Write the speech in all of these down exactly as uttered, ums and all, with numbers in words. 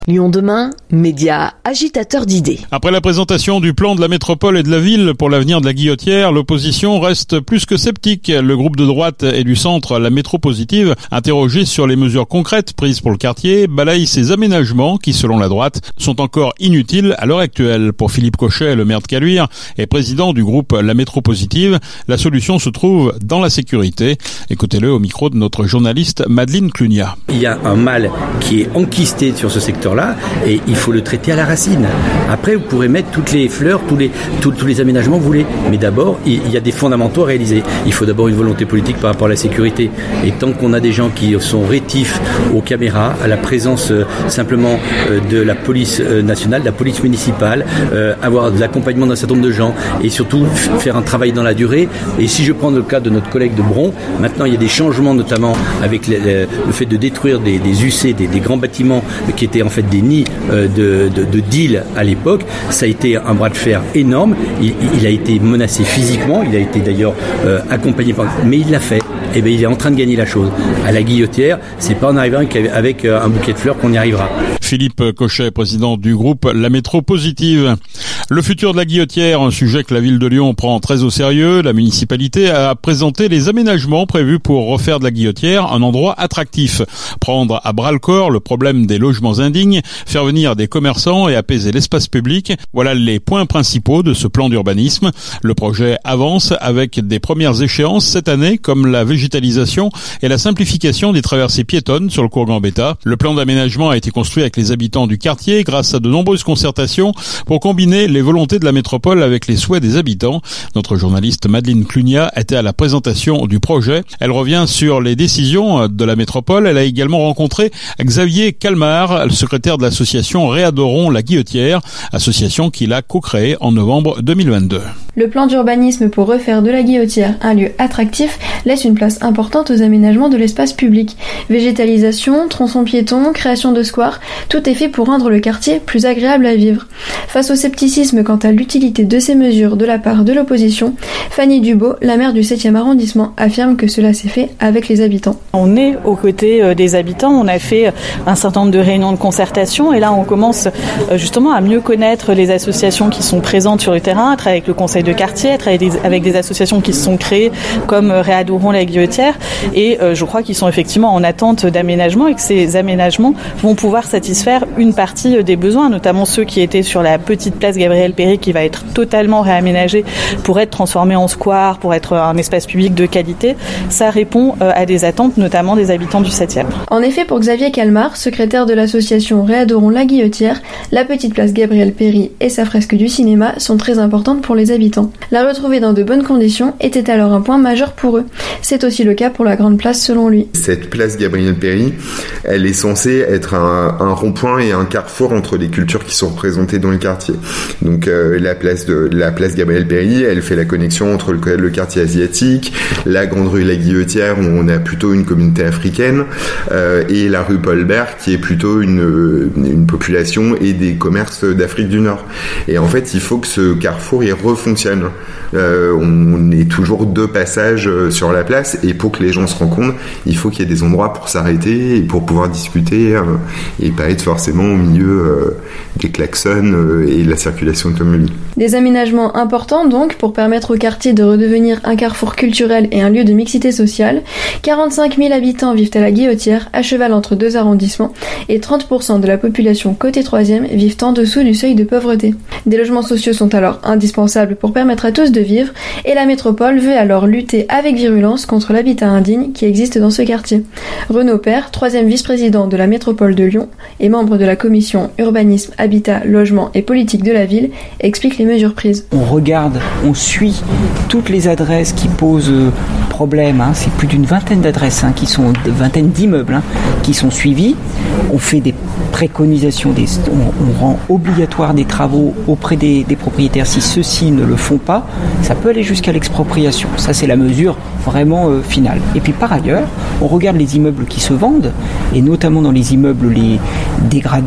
Lyon demain, média agitateur d'idées. Après la présentation du plan de la métropole et de la ville pour l'avenir de la Guillotière, l'opposition reste plus que sceptique. Le groupe de droite et du centre, la métro positive, interrogé sur les mesures concrètes prises pour le quartier, balaye ces aménagements qui, selon la droite, sont encore inutiles à l'heure actuelle. Pour Philippe Cochet, le maire de Caluire et président du groupe La Métro Positive, la solution se trouve dans la sécurité. Écoutez-le au micro de notre journaliste Madeleine Clunia. Il y a un mal qui est enquisté sur ce secteur là et il faut le traiter à la racine. Après, vous pourrez mettre toutes les fleurs, tous les, tous, tous les aménagements que vous voulez. Mais d'abord, il y a des fondamentaux à réaliser. Il faut d'abord une volonté politique par rapport à la sécurité. Et tant qu'on a des gens qui sont rétifs aux caméras, à la présence euh, simplement euh, de la police euh, nationale, de la police municipale, euh, avoir de l'accompagnement d'un certain nombre de gens et surtout f- faire un travail dans la durée. Et si je prends le cas de notre collègue de Bron, maintenant il y a des changements, notamment avec les, les, le fait de détruire des, des U C, des, des grands bâtiments qui étaient en fait des nids euh, de, de, de deal à l'époque. Ça a été un bras de fer énorme. Il, il a été menacé physiquement, il a été d'ailleurs euh, accompagné par... Mais il l'a fait. Et bien il est en train de gagner la chose. À la Guillotière, c'est pas en arrivant avec un bouquet de fleurs qu'on y arrivera. Philippe Cochet, président du groupe La Métro Positive. Le futur de la Guillotière, un sujet que la ville de Lyon prend très au sérieux. La municipalité a présenté les aménagements prévus pour refaire de la Guillotière un endroit attractif. Prendre à bras-le-corps le problème des logements indignes, faire venir des commerçants et apaiser l'espace public. Voilà les points principaux de ce plan d'urbanisme. Le projet avance avec des premières échéances cette année, comme la végétalisation et la simplification des traversées piétonnes sur le cours Gambetta. Le plan d'aménagement a été construit avec les habitants du quartier grâce à de nombreuses concertations pour combiner les volontés de la métropole avec les souhaits des habitants. Notre journaliste Madeleine Clunia était à la présentation du projet. Elle revient sur les décisions de la métropole. Elle a également rencontré Xavier Calmar, le secrétaire de l'association Réadorons la Guillotière, association qu'il a co-créée en novembre deux mille vingt-deux. Le plan d'urbanisme pour refaire de la Guillotière un lieu attractif laisse une place importante aux aménagements de l'espace public. Végétalisation, tronçons piétons, création de squares, tout est fait pour rendre le quartier plus agréable à vivre. Face au scepticisme quant à l'utilité de ces mesures de la part de l'opposition, Fanny Dubo, la maire du septième arrondissement, affirme que cela s'est fait avec les habitants. On est aux côtés des habitants, on a fait un certain nombre de réunions de concertation et là on commence justement à mieux connaître les associations qui sont présentes sur le terrain, à travailler avec le conseil de quartier, à travailler avec des associations qui se sont créées comme Réadorons la Guillotière et je crois qu'ils sont effectivement en attente d'aménagement et que ces aménagements vont pouvoir satisfaire une partie des besoins, notamment ceux qui étaient sur la petite place Gabriel Péri qui va être totalement réaménagée pour être transformée en square, pour être un espace public de qualité. Ça répond à des attentes notamment des habitants du septième. En effet, pour Xavier Calmar, secrétaire de l'association Réadorons la Guillotière, la petite place Gabriel Péri et sa fresque du cinéma sont très importantes pour les habitants. La retrouver dans de bonnes conditions était alors un point majeur pour eux. C'est aussi le cas pour la grande place selon lui. Cette place Gabriel Péri, elle est censée être un, un rond-point et un carrefour entre les cultures qui sont représentées dans le quartier. Donc euh, la place de la place Gabriel Péri, elle fait la connexion entre le, le quartier asiatique, la grande rue La Guillotière où on a plutôt une communauté africaine euh, et la rue Paul Bert qui est plutôt une, une population et des commerces d'Afrique du Nord. Et en fait, il faut que ce carrefour il refonctionne. Euh, on est toujours deux passages sur la place et pour que les gens se rencontrent, il faut qu'il y ait des endroits pour s'arrêter et pour pouvoir discuter euh, et pas être forcément au milieu euh, des klaxons euh, et de la circulation automobile. Des aménagements importants donc pour permettre au quartier de redevenir un carrefour culturel et un lieu de mixité sociale. quarante-cinq mille habitants vivent à la Guillotière, à cheval entre deux arrondissements, et trente pour cent de la population côté troisième vivent en dessous du seuil de pauvreté. Des logements sociaux sont alors indispensables pour permettre à tous de vivre, et la métropole veut alors lutter avec virulence contre l'habitat indigne qui existe dans ce quartier. Renaud Père, troisième vice-président de la métropole de Lyon et membre de la commission urbanisme, habitat, logement et politique de la ville, explique les mesures prises. On regarde, on suit toutes les adresses qui posent problème, hein. C'est plus d'une vingtaine d'adresses, hein, qui sont, une vingtaine d'immeubles hein, qui sont suivis. On fait des préconisations, des, on, on rend obligatoire des travaux auprès des, des propriétaires si ceux-ci ne le font pas. Ça peut aller jusqu'à l'expropriation. Ça, c'est la mesure vraiment euh, finale. Et puis par ailleurs, on regarde les immeubles qui se vendent, et notamment dans les immeubles les dégradés,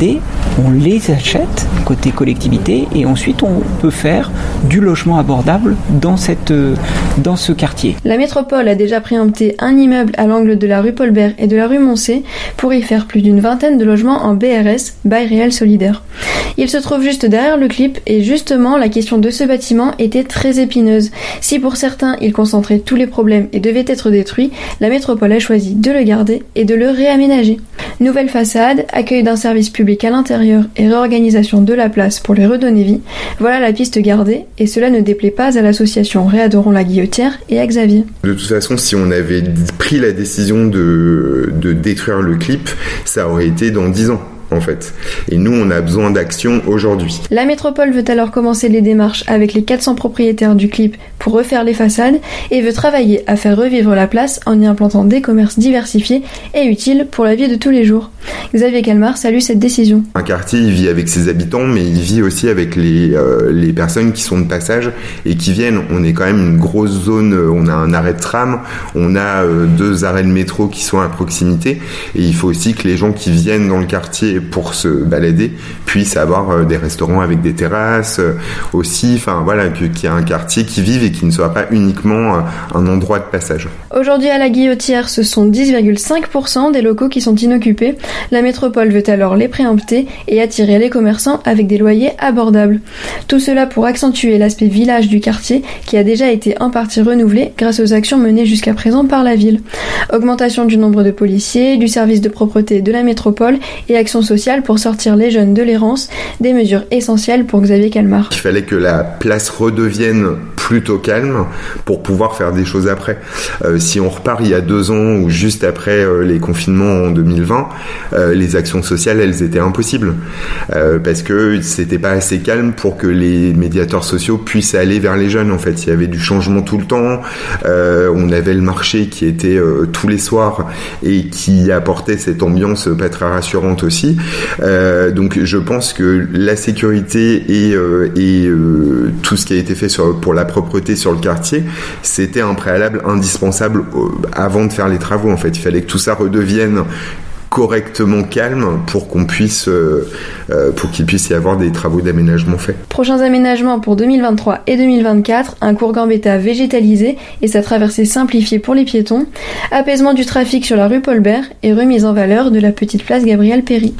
on les achète côté collectivité et ensuite on peut faire du logement abordable dans, cette, dans ce quartier. La métropole a déjà préempté un immeuble à l'angle de la rue Paul-Bert et de la rue Moncey pour y faire plus d'une vingtaine de logements en B R S, bail réel solidaire. Il se trouve juste derrière le clip et justement la question de ce bâtiment était très épineuse. Si pour certains il concentrait tous les problèmes et devait être détruit, la métropole a choisi de le garder et de le réaménager. Nouvelle façade, accueil d'un service public à l'intérieur et réorganisation de la place pour lui redonner vie, voilà la piste gardée et cela ne déplaît pas à l'association Réadorons la Guillotière et à Xavier. De toute façon, si on avait pris la décision de, de détruire le clip, ça aurait été dans dix ans. En fait. Et nous, on a besoin d'action aujourd'hui. La métropole veut alors commencer les démarches avec les quatre cents propriétaires du clip pour refaire les façades et veut travailler à faire revivre la place en y implantant des commerces diversifiés et utiles pour la vie de tous les jours. Xavier Calmar salue cette décision. Un quartier, il vit avec ses habitants, mais il vit aussi avec les, euh, les personnes qui sont de passage et qui viennent. On est quand même une grosse zone, on a un arrêt de tram, on a euh, deux arrêts de métro qui sont à proximité et il faut aussi que les gens qui viennent dans le quartier pour se balader puissent avoir des restaurants avec des terrasses aussi, enfin voilà, qu'il y ait un quartier qui vive et qui ne soit pas uniquement un endroit de passage. Aujourd'hui à la Guillotière, ce sont dix virgule cinq pour cent des locaux qui sont inoccupés. La métropole veut alors les préempter et attirer les commerçants avec des loyers abordables. Tout cela pour accentuer l'aspect village du quartier qui a déjà été en partie renouvelé grâce aux actions menées jusqu'à présent par la ville. Augmentation du nombre de policiers, du service de propreté de la métropole et action sociale pour sortir les jeunes de l'errance, des mesures essentielles pour Xavier Calmar. Il fallait que la place redevienne plutôt calme pour pouvoir faire des choses après. Euh, si on repart il y a deux ans ou juste après euh, les confinements en deux mille vingt, euh, les actions sociales, elles étaient impossibles euh, parce que c'était pas assez calme pour que les médiateurs sociaux puissent aller vers les jeunes. En fait, il y avait du changement tout le temps. Euh, on avait le marché qui était euh, tous les soirs et qui apportait cette ambiance pas très rassurante aussi. Euh, donc je pense que la sécurité et, euh, et euh, tout ce qui a été fait sur, pour la propreté sur le quartier, c'était un préalable indispensable avant de faire les travaux. En fait, il fallait que tout ça redevienne correctement calme pour qu'on puisse euh, pour qu'il puisse y avoir des travaux d'aménagement faits. Prochains aménagements pour deux mille vingt-trois et deux mille vingt-quatre, un cours Gambetta végétalisé et sa traversée simplifiée pour les piétons, apaisement du trafic sur la rue Paul-Bert et remise en valeur de la petite place Gabriel Péri.